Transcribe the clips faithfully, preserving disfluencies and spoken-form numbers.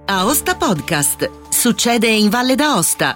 Aosta Podcast. Succede in Valle d'Aosta.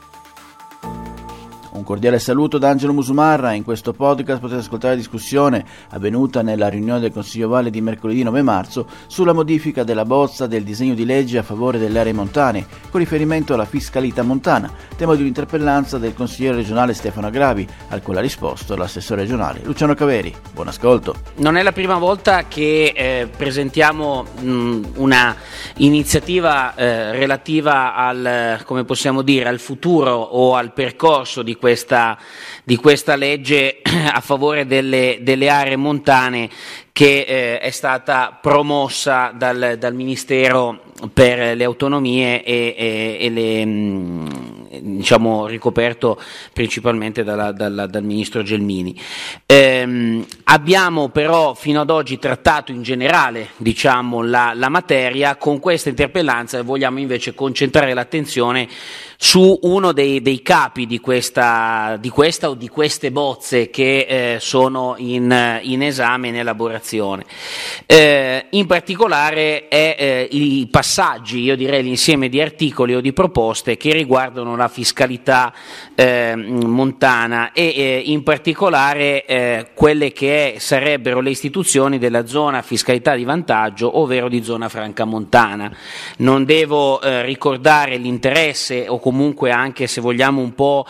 Un cordiale saluto da Angelo Musumarra. In questo podcast potete ascoltare la discussione avvenuta nella riunione del Consiglio Valle di mercoledì nove marzo sulla modifica della bozza del disegno di legge a favore delle aree montane con riferimento alla fiscalità montana, tema di un'interpellanza del consigliere regionale Stefano Agravi, al quale ha risposto l'assessore regionale Luciano Caveri. Buon ascolto. Non è la prima volta che eh, presentiamo mh, una iniziativa eh, relativa al, come possiamo dire, al futuro o al percorso di questa, di questa legge a favore delle, delle aree montane che eh, è stata promossa dal, dal Ministero per le autonomie e, e, e le, mh, diciamo ricoperto principalmente dalla, dalla, dal Ministro Gelmini. Ehm, abbiamo però fino ad oggi trattato in generale diciamo, la, la materia. Con questa interpellanza vogliamo invece concentrare l'attenzione su uno dei, dei capi di questa, di questa o di queste bozze che eh, sono in, in esame in elaborazione. Eh, in particolare è eh, i passaggi, io direi l'insieme di articoli o di proposte che riguardano la fiscalità eh, montana e eh, in particolare eh, quelle che sarebbero le istituzioni della zona fiscalità di vantaggio, ovvero di zona franca montana. Non devo eh, ricordare l'interesse o comunque anche, se vogliamo, un po'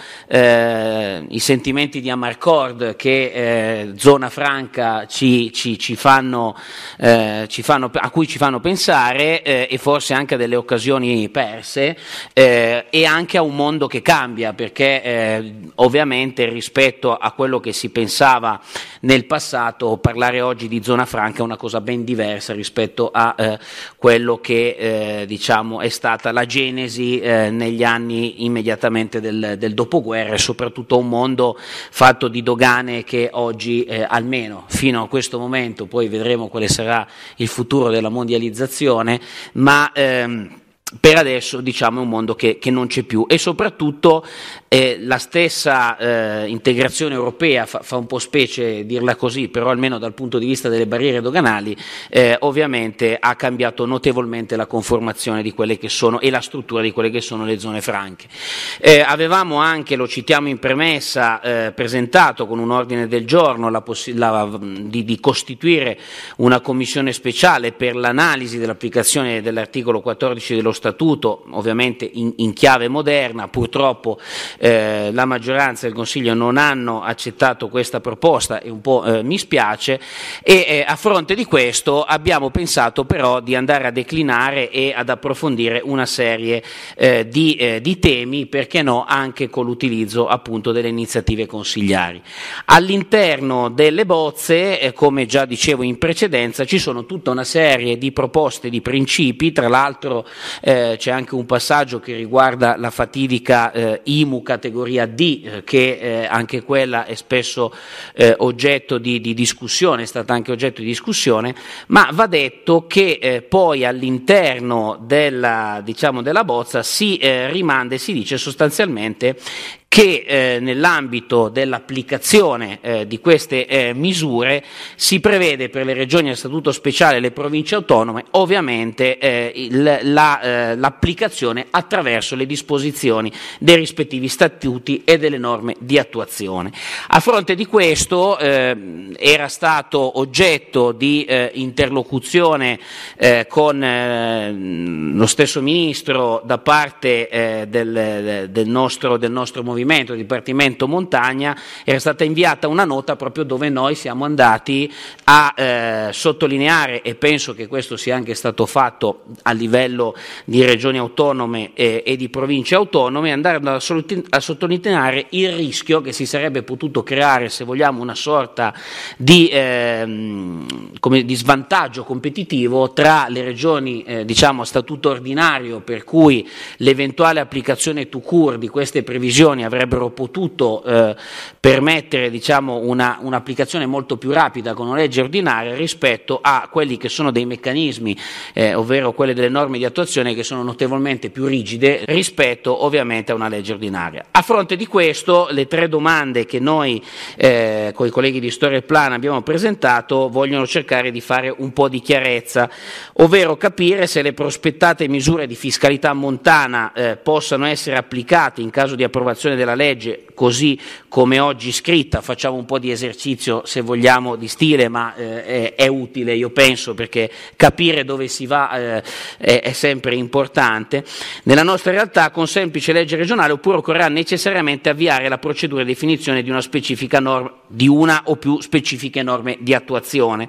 eh, i sentimenti di Amarcord che eh, zona franca ci, ci, ci fanno, eh, ci fanno, a cui ci fanno pensare eh, e forse anche a delle occasioni perse eh, e anche a un mondo che cambia, perché eh, ovviamente rispetto a quello che si pensava nel passato, parlare oggi di zona franca è una cosa ben diversa rispetto a eh, quello che eh, diciamo è stata la genesi eh, negli anni immediatamente del, del dopoguerra, e soprattutto un mondo fatto di dogane che oggi eh, almeno fino a questo momento, poi vedremo quale sarà il futuro della mondializzazione, ma ehm, per adesso diciamo è un mondo che, che non c'è più, e soprattutto eh, la stessa eh, integrazione europea fa, fa un po' specie dirla così, però almeno dal punto di vista delle barriere doganali eh, ovviamente ha cambiato notevolmente la conformazione di quelle che sono e la struttura di quelle che sono le zone franche. Eh, avevamo anche, lo citiamo in premessa, eh, presentato con un ordine del giorno la possi- la, di, di costituire una commissione speciale per l'analisi dell'applicazione dell'articolo quattordici dello Statuto, ovviamente in, in chiave moderna. Purtroppo eh, la maggioranza del Consiglio non hanno accettato questa proposta e un po' eh, mi spiace, e eh, a fronte di questo abbiamo pensato però di andare a declinare e ad approfondire una serie eh, di, eh, di temi, perché no, anche con l'utilizzo appunto delle iniziative consigliari. All'interno delle bozze, eh, come già dicevo in precedenza, ci sono tutta una serie di proposte, di principi. Tra l'altro eh, Eh, c'è anche un passaggio che riguarda la fatidica eh, I M U categoria D, eh, che eh, anche quella è spesso eh, oggetto di, di discussione, è stata anche oggetto di discussione, ma va detto che eh, poi all'interno della, diciamo, della bozza si eh, rimanda e si dice sostanzialmente che eh, nell'ambito dell'applicazione eh, di queste eh, misure si prevede per le regioni a statuto speciale e le province autonome ovviamente eh, il, la, eh, l'applicazione attraverso le disposizioni dei rispettivi statuti e delle norme di attuazione. A fronte di questo eh, era stato oggetto di eh, interlocuzione eh, con eh, lo stesso Ministro da parte eh, del, del, nostro, del nostro movimento, il Dipartimento Montagna. Era stata inviata una nota proprio dove noi siamo andati a eh, sottolineare, e penso che questo sia anche stato fatto a livello di regioni autonome e, e di province autonome, andando a, a sottolineare il rischio che si sarebbe potuto creare, se vogliamo, una sorta di, eh, come, di svantaggio competitivo tra le regioni eh, diciamo a statuto ordinario, per cui l'eventuale applicazione tout court di queste previsioni avrebbero potuto eh, permettere diciamo, una, un'applicazione molto più rapida con una legge ordinaria rispetto a quelli che sono dei meccanismi, eh, ovvero quelle delle norme di attuazione che sono notevolmente più rigide rispetto ovviamente a una legge ordinaria. A fronte di questo, le tre domande che noi eh, con i colleghi di Storia e Plan abbiamo presentato vogliono cercare di fare un po' di chiarezza, ovvero capire se le prospettate misure di fiscalità montana eh, possano essere applicate in caso di approvazione della legge così come oggi scritta. Facciamo un po' di esercizio, se vogliamo, di stile, ma eh, è, è utile, io penso, perché capire dove si va eh, è, è sempre importante. Nella nostra realtà, con semplice legge regionale, oppure occorrerà necessariamente avviare la procedura di definizione di una specifica norma, di una o più specifiche norme di attuazione.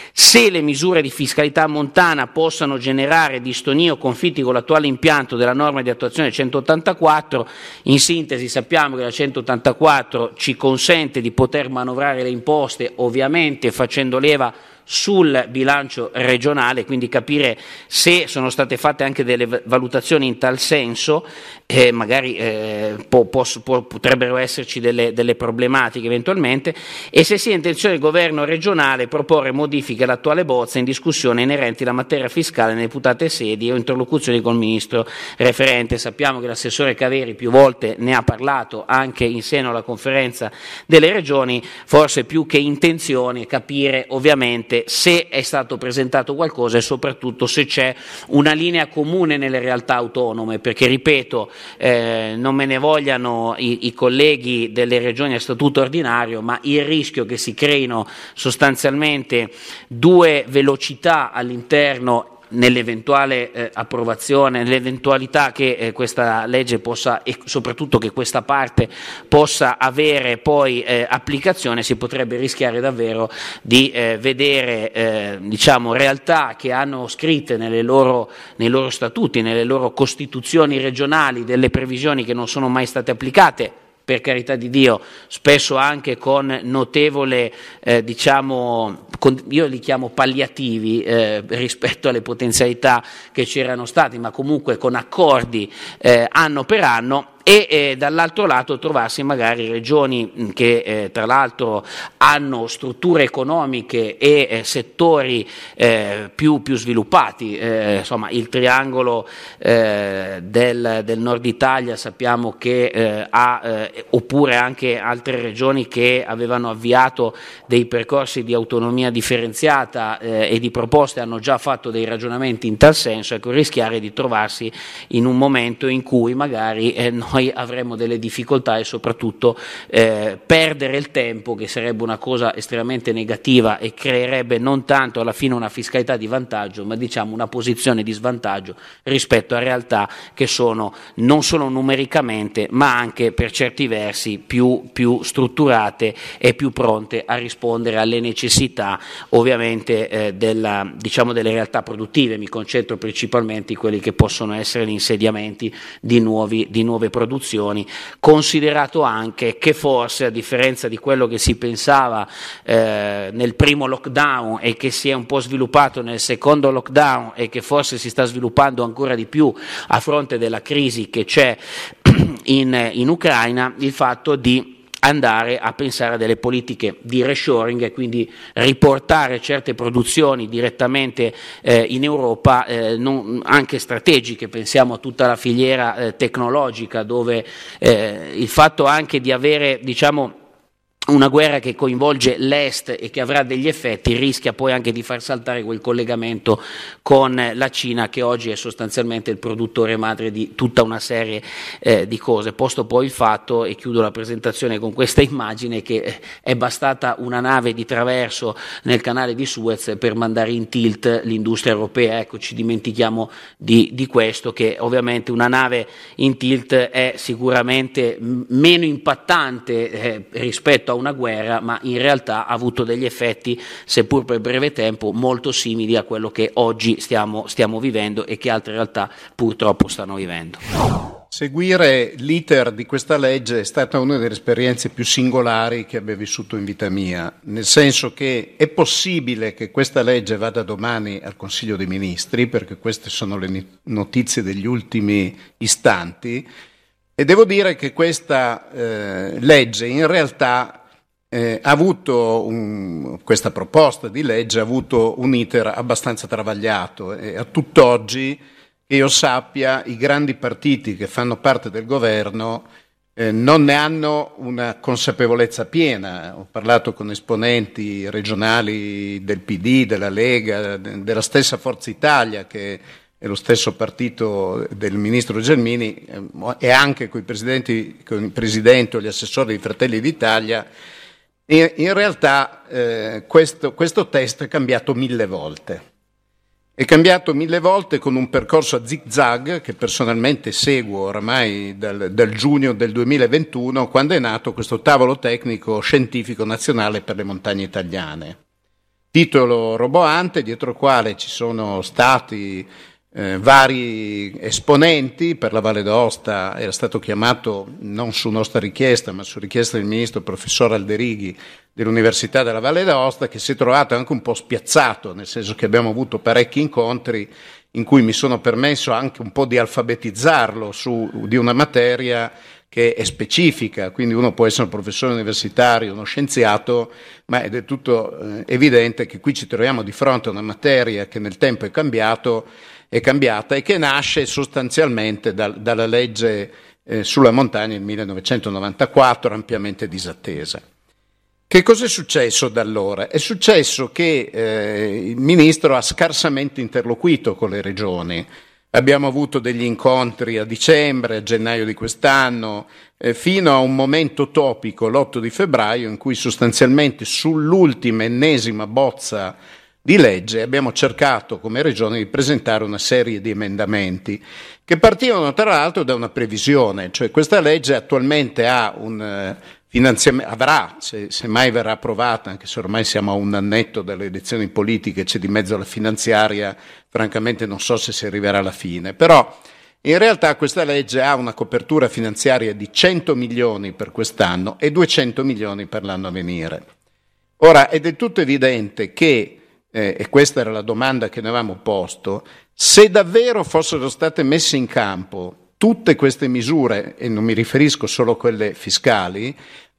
Se le misure di fiscalità montana possano generare distonie o conflitti con l'attuale impianto della norma di attuazione centottantaquattro, in sintesi sappiamo che la centottantaquattro ci consente di poter manovrare le imposte, ovviamente facendo leva sul bilancio regionale, quindi capire se sono state fatte anche delle valutazioni in tal senso, eh, magari eh, po, po, po, potrebbero esserci delle, delle problematiche eventualmente, e se sia intenzione del governo regionale proporre modifiche all'attuale bozza in discussione inerenti alla materia fiscale nelle putate sedi o interlocuzioni col ministro referente. Sappiamo che l'assessore Caveri più volte ne ha parlato anche in seno alla conferenza delle regioni, forse più che intenzioni capire ovviamente se è stato presentato qualcosa e soprattutto se c'è una linea comune nelle realtà autonome, perché ripeto, eh, non me ne vogliano i, i colleghi delle regioni a statuto ordinario, ma il rischio che si creino sostanzialmente due velocità all'interno nell'eventuale eh, approvazione, nell'eventualità che eh, questa legge possa, e soprattutto che questa parte possa avere poi eh, applicazione, si potrebbe rischiare davvero di eh, vedere eh, diciamo realtà che hanno scritte nelle loro, nei loro statuti, nelle loro costituzioni regionali delle previsioni che non sono mai state applicate, per carità di Dio, spesso anche con notevole, eh, diciamo, con, io li chiamo palliativi eh, rispetto alle potenzialità che c'erano state, ma comunque con accordi eh, anno per anno, e eh, dall'altro lato trovarsi magari regioni che eh, tra l'altro hanno strutture economiche e eh, settori eh, più, più sviluppati, eh, insomma il triangolo eh, del, del nord Italia sappiamo che eh, ha, eh, oppure anche altre regioni che avevano avviato dei percorsi di autonomia differenziata eh, e di proposte hanno già fatto dei ragionamenti in tal senso, ecco, rischiare di trovarsi in un momento in cui magari eh, noi avremo delle difficoltà e soprattutto eh, perdere il tempo, che sarebbe una cosa estremamente negativa e creerebbe non tanto alla fine una fiscalità di vantaggio, ma diciamo una posizione di svantaggio rispetto a realtà che sono non solo numericamente ma anche per certi versi più, più strutturate e più pronte a rispondere alle necessità ovviamente eh, della, diciamo delle realtà produttive. Mi concentro principalmente in quelli che possono essere gli insediamenti di, nuovi, di nuove produzioni, considerato anche che forse, a differenza di quello che si pensava eh, nel primo lockdown e che si è un po' sviluppato nel secondo lockdown e che forse si sta sviluppando ancora di più a fronte della crisi che c'è in, in Ucraina, il fatto di andare a pensare a delle politiche di reshoring e quindi riportare certe produzioni direttamente eh, in Europa, eh, non, anche strategiche. Pensiamo a tutta la filiera eh, tecnologica, dove eh, il fatto anche di avere, diciamo, una guerra che coinvolge l'Est e che avrà degli effetti rischia poi anche di far saltare quel collegamento con la Cina, che oggi è sostanzialmente il produttore madre di tutta una serie eh, di cose, posto poi il fatto, e chiudo la presentazione con questa immagine, che è bastata una nave di traverso nel canale di Suez per mandare in tilt l'industria europea. Ecco, ci dimentichiamo di, di questo, che ovviamente una nave in tilt è sicuramente meno impattante eh, rispetto a una guerra, ma in realtà ha avuto degli effetti, seppur per breve tempo, molto simili a quello che oggi stiamo, stiamo vivendo e che altre realtà purtroppo stanno vivendo. Seguire l'iter di questa legge è stata una delle esperienze più singolari che abbia vissuto in vita mia, nel senso che è possibile che questa legge vada domani al Consiglio dei Ministri, perché queste sono le notizie degli ultimi istanti, E devo dire che questa eh, legge in realtà Eh, ha avuto un, questa proposta di legge ha avuto un iter abbastanza travagliato e a tutt'oggi, che io sappia, i grandi partiti che fanno parte del governo eh, non ne hanno una consapevolezza piena. Ho parlato con esponenti regionali del P D, della Lega, de, della stessa Forza Italia, che è lo stesso partito del ministro Gelmini, eh, e anche con i presidenti, con il presidente o gli assessori di Fratelli d'Italia. In realtà eh, questo, questo testo è cambiato mille volte. È cambiato mille volte con un percorso a zig-zag che personalmente seguo oramai dal, dal giugno del duemilaventuno, quando è nato questo tavolo tecnico scientifico nazionale per le montagne italiane. Titolo roboante, dietro il quale ci sono stati Eh, vari esponenti. Per la Valle d'Aosta era stato chiamato, non su nostra richiesta, ma su richiesta del ministro professor Alderighi dell'Università della Valle d'Aosta, che si è trovato anche un po' spiazzato, nel senso che abbiamo avuto parecchi incontri in cui mi sono permesso anche un po' di alfabetizzarlo su di una materia che è specifica, quindi uno può essere un professore universitario, uno scienziato, ma è del tutto eh, evidente che qui ci troviamo di fronte a una materia che nel tempo è cambiato è cambiata e che nasce sostanzialmente da, dalla legge eh, sulla montagna del millenovecentonovantaquattro, ampiamente disattesa. Che cosa è successo da allora? È successo che eh, il ministro ha scarsamente interloquito con le regioni. Abbiamo avuto degli incontri a dicembre, a gennaio di quest'anno, eh, fino a un momento topico, l'otto di febbraio, in cui sostanzialmente sull'ultima ennesima bozza di legge abbiamo cercato come Regione di presentare una serie di emendamenti che partivano tra l'altro da una previsione, cioè questa legge attualmente ha un eh, finanziamento, avrà, se, se mai verrà approvata, anche se ormai siamo a un annetto dalle elezioni politiche, c'è di mezzo la finanziaria, francamente non so se si arriverà alla fine, però in realtà questa legge ha una copertura finanziaria di cento milioni per quest'anno e duecento milioni per l'anno a venire. Ora è del tutto evidente che Eh, e questa era la domanda che ne avevamo posto, se davvero fossero state messe in campo tutte queste misure, e non mi riferisco solo a quelle fiscali,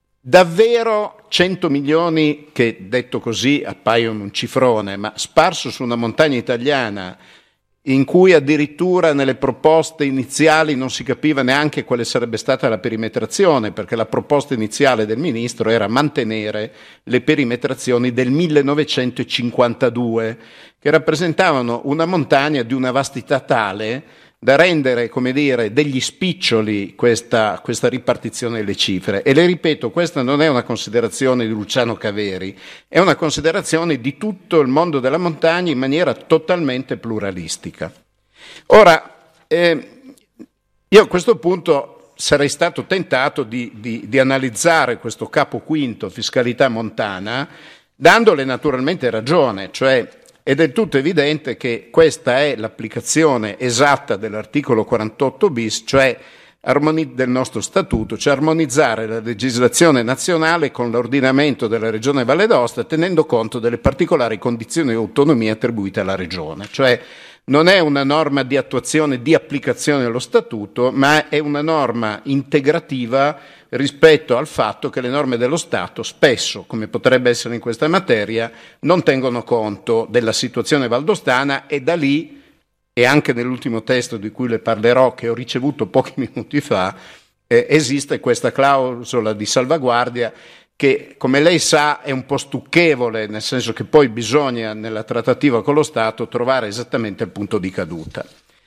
davvero cento milioni, che detto così appaiono un cifrone, ma sparso su una montagna italiana in cui addirittura nelle proposte iniziali non si capiva neanche quale sarebbe stata la perimetrazione, perché la proposta iniziale del ministro era mantenere le perimetrazioni del millenovecentocinquantadue, che rappresentavano una montagna di una vastità tale da rendere, come dire, degli spiccioli questa, questa ripartizione delle cifre. E le ripeto, questa non è una considerazione di Luciano Caveri, è una considerazione di tutto il mondo della montagna in maniera totalmente pluralistica. Ora, eh, io a questo punto sarei stato tentato di, di, di analizzare questo capo quinto, fiscalità montana, dandole naturalmente ragione, cioè è del tutto evidente che questa è l'applicazione esatta dell'articolo quarantotto bis, cioè del nostro statuto, cioè armonizzare la legislazione nazionale con l'ordinamento della Regione Valle d'Aosta, tenendo conto delle particolari condizioni di autonomia attribuite alla Regione. Cioè non è una norma di attuazione, di applicazione dello statuto, ma è una norma integrativa rispetto al fatto che le norme dello Stato spesso, come potrebbe essere in questa materia, non tengono conto della situazione valdostana, e da lì, e anche nell'ultimo testo di cui le parlerò, che ho ricevuto pochi minuti fa, eh, esiste questa clausola di salvaguardia che, come lei sa, è un po' stucchevole, nel senso che poi bisogna, nella trattativa con lo Stato, trovare esattamente il punto di caduta.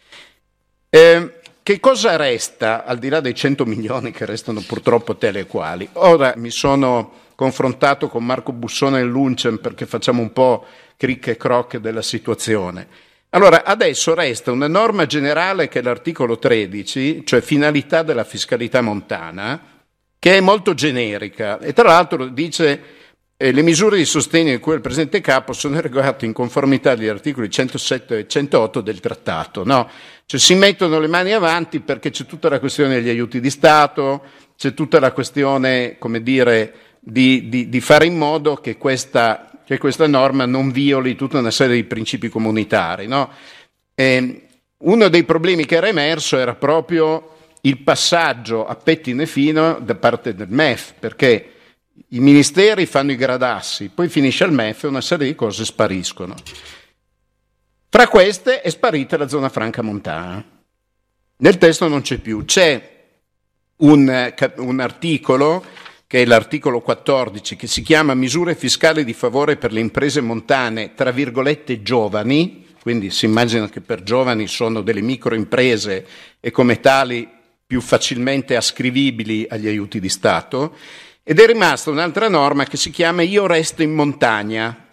Eh, Che cosa resta, al di là dei cento milioni che restano purtroppo tali e quali? Ora mi sono confrontato con Marco Bussone e l'Uncem perché facciamo un po' cric e croc della situazione. Allora, adesso resta una norma generale che è l'articolo tredici, cioè finalità della fiscalità montana, che è molto generica e tra l'altro dice eh, le misure di sostegno di cui è il presente capo sono regolate in conformità agli articoli centosette e centootto del trattato, no? Cioè si mettono le mani avanti perché c'è tutta la questione degli aiuti di Stato, c'è tutta la questione, come dire, di, di, di fare in modo che questa, che questa norma non violi tutta una serie di principi comunitari, no? E uno dei problemi che era emerso era proprio il passaggio a pettine fino da parte del M E F, perché i ministeri fanno i gradassi, poi finisce il M E F e una serie di cose spariscono. Fra queste è sparita la zona franca montana. Nel testo non c'è più, c'è un, un articolo, che è l'articolo quattordici, che si chiama Misure fiscali di favore per le imprese montane, tra virgolette giovani, quindi si immagina che per giovani sono delle microimprese e come tali più facilmente ascrivibili agli aiuti di Stato, ed è rimasta un'altra norma che si chiama Io resto in montagna,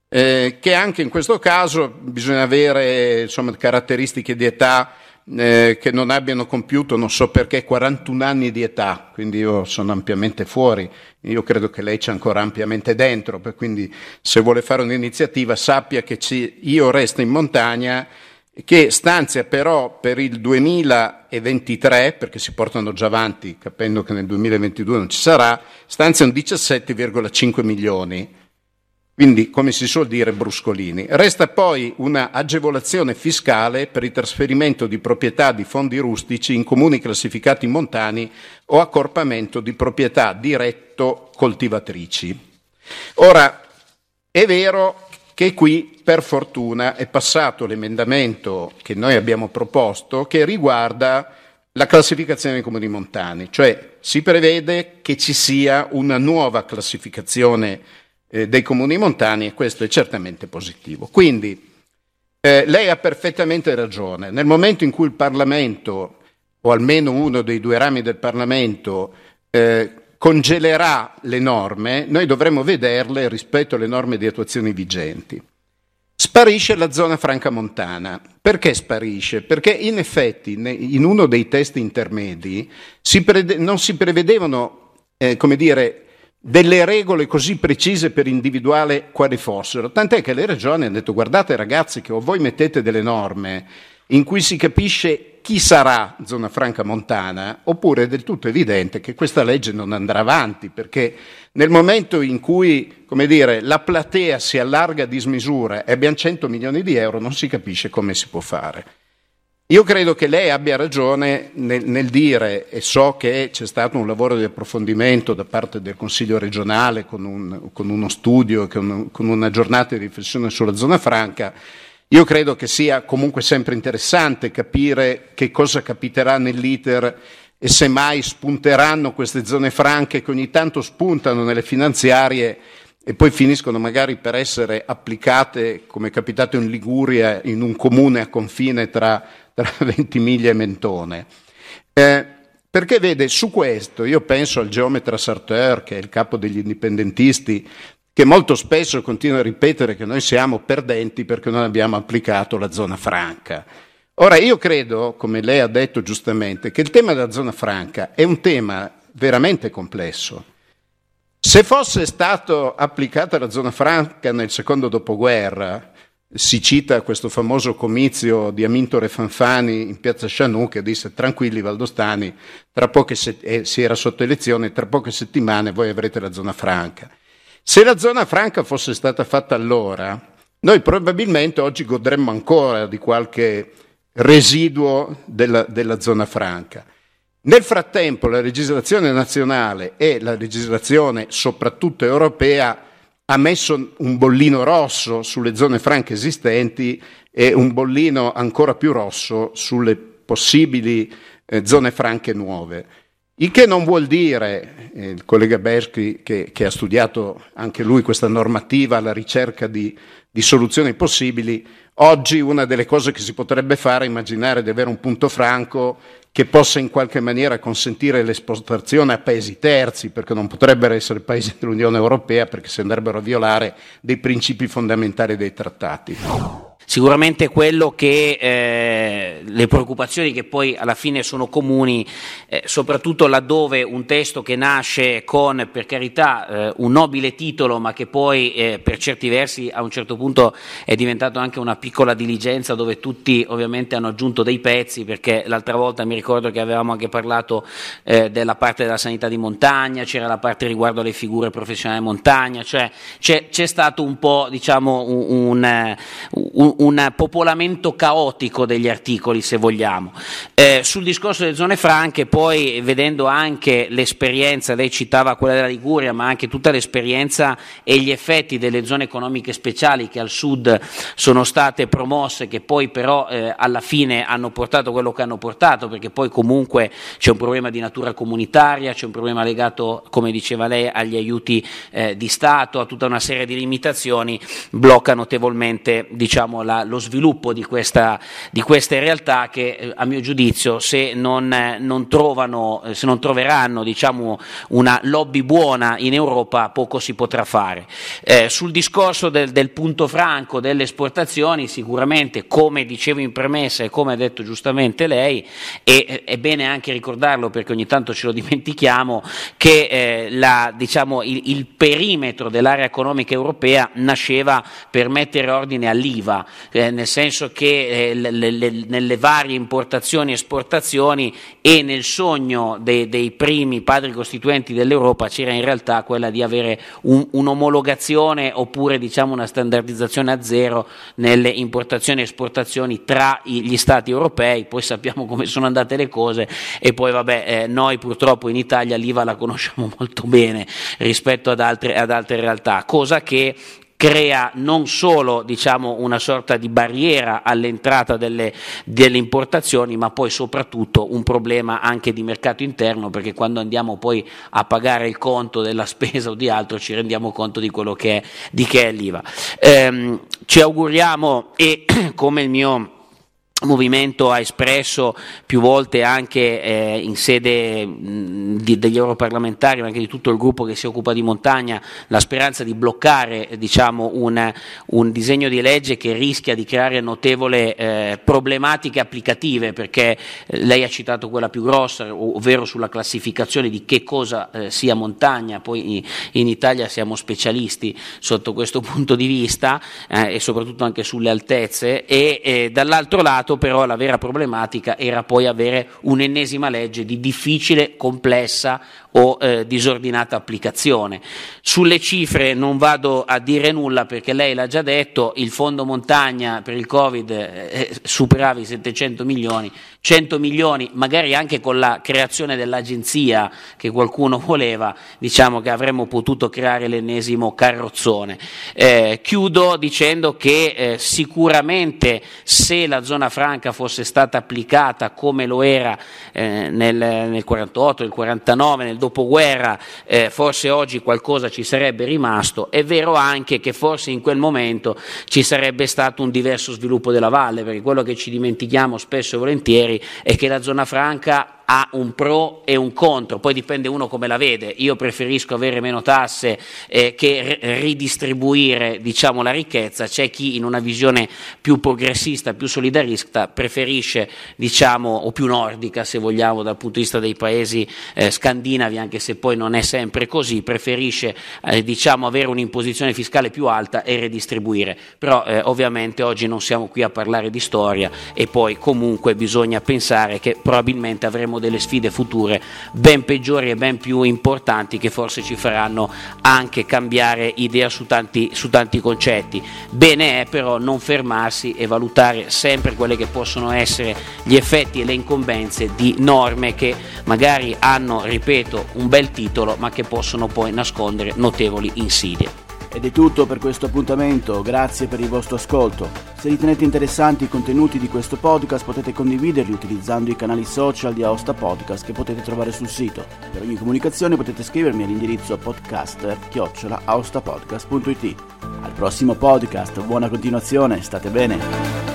eh, che anche in questo caso bisogna avere insomma, caratteristiche di età eh, che non abbiano compiuto, non so perché, quarantuno anni di età, quindi io sono ampiamente fuori, io credo che lei c'è ancora ampiamente dentro, quindi se vuole fare un'iniziativa sappia che ci, Io resto in montagna, che stanzia però per il duemilaventitré, perché si portano già avanti, capendo che nel duemilaventidue non ci sarà, stanzia un diciassette virgola cinque milioni, quindi come si suol dire bruscolini. Resta poi una agevolazione fiscale per il trasferimento di proprietà di fondi rustici in comuni classificati montani o accorpamento di proprietà diretto coltivatrici. Ora, è vero che qui per fortuna è passato l'emendamento che noi abbiamo proposto che riguarda la classificazione dei comuni montani, cioè si prevede che ci sia una nuova classificazione eh, dei comuni montani e questo è certamente positivo. Quindi eh, lei ha perfettamente ragione, nel momento in cui il Parlamento, o almeno uno dei due rami del Parlamento, eh, congelerà le norme, noi dovremo vederle rispetto alle norme di attuazione vigenti. Sparisce la zona franca montana. Perché sparisce? Perché in effetti in uno dei testi intermedi si prede- non si prevedevano, eh, come dire, delle regole così precise per individuare quali fossero, tant'è che le regioni hanno detto guardate ragazzi che o voi mettete delle norme in cui si capisce chi sarà zona franca montana, oppure è del tutto evidente che questa legge non andrà avanti, perché nel momento in cui, come dire, la platea si allarga a dismisura e abbiamo cento milioni di euro, non si capisce come si può fare. Io credo che lei abbia ragione nel, nel dire, e so che c'è stato un lavoro di approfondimento da parte del Consiglio regionale con, un, con uno studio, con, con una giornata di riflessione sulla zona franca. Io credo che sia comunque sempre interessante capire che cosa capiterà nell'iter e se mai spunteranno queste zone franche che ogni tanto spuntano nelle finanziarie e poi finiscono magari per essere applicate, come è capitato in Liguria, in un comune a confine tra, tra Ventimiglia e Mentone. Eh, perché vede, su questo io penso al geometra Sarteur, che è il capo degli indipendentisti, che molto spesso continua a ripetere che noi siamo perdenti perché non abbiamo applicato la zona franca. Ora, io credo, come lei ha detto giustamente, che il tema della zona franca è un tema veramente complesso. Se fosse stato applicata la zona franca nel secondo dopoguerra, si cita questo famoso comizio di Amintore Fanfani in piazza Scianù che disse tranquilli valdostani, tra poche set- eh, si era sotto elezione, tra poche settimane voi avrete la zona franca. Se la zona franca fosse stata fatta allora, noi probabilmente oggi godremmo ancora di qualche residuo della, della zona franca. Nel frattempo la legislazione nazionale e la legislazione soprattutto europea ha messo un bollino rosso sulle zone franche esistenti e un bollino ancora più rosso sulle possibili eh, zone franche nuove. Il che non vuol dire, eh, il collega Beschi che, che ha studiato anche lui questa normativa alla ricerca di, di soluzioni possibili, oggi una delle cose che si potrebbe fare è immaginare di avere un punto franco che possa in qualche maniera consentire l'esportazione a paesi terzi, perché non potrebbero essere paesi dell'Unione Europea perché si andrebbero a violare dei principi fondamentali dei trattati. Sicuramente quello che eh, le preoccupazioni che poi alla fine sono comuni, eh, soprattutto laddove un testo che nasce con, per carità, eh, un nobile titolo, ma che poi eh, per certi versi a un certo punto è diventato anche una piccola diligenza dove tutti ovviamente hanno aggiunto dei pezzi, perché l'altra volta mi ricordo che avevamo anche parlato eh, della parte della sanità di montagna, c'era la parte riguardo alle figure professionali di montagna, cioè c'è, c'è stato un po', diciamo, un, un, un un popolamento caotico degli articoli, se vogliamo. Eh, sul discorso delle zone franche, poi vedendo anche l'esperienza, lei citava quella della Liguria, ma anche tutta l'esperienza e gli effetti delle zone economiche speciali che al sud sono state promosse, che poi però eh, alla fine hanno portato quello che hanno portato, perché poi comunque c'è un problema di natura comunitaria, c'è un problema legato, come diceva lei, agli aiuti eh, di Stato, a tutta una serie di limitazioni, blocca notevolmente, diciamo, la, lo sviluppo di, questa, di queste realtà che eh, a mio giudizio, se non, eh, non trovano, eh, se non troveranno, diciamo, una lobby buona in Europa, poco si potrà fare. Eh, sul discorso del, del punto franco delle esportazioni, sicuramente, come dicevo in premessa e come ha detto giustamente lei, e è bene anche ricordarlo perché ogni tanto ce lo dimentichiamo, che eh, la, diciamo, il, il perimetro dell'area economica europea nasceva per mettere ordine all'I V A, eh, nel senso che eh, le, le, nelle varie importazioni e esportazioni e nel sogno dei, dei primi padri costituenti dell'Europa c'era in realtà quella di avere un, un'omologazione oppure, diciamo, una standardizzazione a zero nelle importazioni e esportazioni tra gli Stati europei. Poi sappiamo come sono andate le cose e poi vabbè, eh, noi purtroppo in Italia l'I V A la conosciamo molto bene rispetto ad altre, ad altre realtà, cosa che crea non solo, diciamo, una sorta di barriera all'entrata delle, delle importazioni, ma poi soprattutto un problema anche di mercato interno, perché quando andiamo poi a pagare il conto della spesa o di altro ci rendiamo conto di quello che è, di che è l'I V A. Ehm, ci auguriamo, e come il mio movimento ha espresso più volte anche eh, in sede mh, di, degli europarlamentari, ma anche di tutto il gruppo che si occupa di montagna, la speranza di bloccare, diciamo, un, un disegno di legge che rischia di creare notevole eh, problematiche applicative, perché eh, lei ha citato quella più grossa, ovvero sulla classificazione di che cosa eh, sia montagna. Poi in, in Italia siamo specialisti sotto questo punto di vista eh, e soprattutto anche sulle altezze, e eh, dall'altro lato però la vera problematica era poi avere un'ennesima legge di difficile, complessa o eh, disordinata applicazione. Sulle cifre non vado a dire nulla perché lei l'ha già detto, il fondo montagna per il Covid eh, superava i settecento milioni, cento milioni, magari anche con la creazione dell'agenzia che qualcuno voleva, diciamo che avremmo potuto creare l'ennesimo carrozzone. Eh, chiudo dicendo che eh, sicuramente se la zona franca fosse stata applicata come lo era eh, nel, nel quarantotto, nel quarantanove, nel dopoguerra, eh, forse oggi qualcosa ci sarebbe rimasto. È vero anche che forse in quel momento ci sarebbe stato un diverso sviluppo della valle, perché quello che ci dimentichiamo spesso e volentieri è che la zona franca ha un pro e un contro, poi dipende uno come la vede. Io preferisco avere meno tasse eh, che r- ridistribuire, diciamo, la ricchezza. C'è chi in una visione più progressista, più solidarista preferisce, diciamo, o più nordica se vogliamo dal punto di vista dei paesi eh, scandinavi, anche se poi non è sempre così, preferisce eh, diciamo avere un'imposizione fiscale più alta e redistribuire. Però eh, ovviamente oggi non siamo qui a parlare di storia, e poi comunque bisogna pensare che probabilmente avremo delle sfide future ben peggiori e ben più importanti, che forse ci faranno anche cambiare idea su tanti, su tanti concetti. Bene è però non fermarsi e valutare sempre quelle che possono essere gli effetti e le incombenze di norme che magari hanno, ripeto, un bel titolo, ma che possono poi nascondere notevoli insidie. Ed è tutto per questo appuntamento, grazie per il vostro ascolto. Se ritenete interessanti i contenuti di questo podcast potete condividerli utilizzando i canali social di Aosta Podcast che potete trovare sul sito. Per ogni comunicazione potete scrivermi all'indirizzo podcaster chiocciola aostapodcast punto it. Al prossimo podcast, buona continuazione, state bene!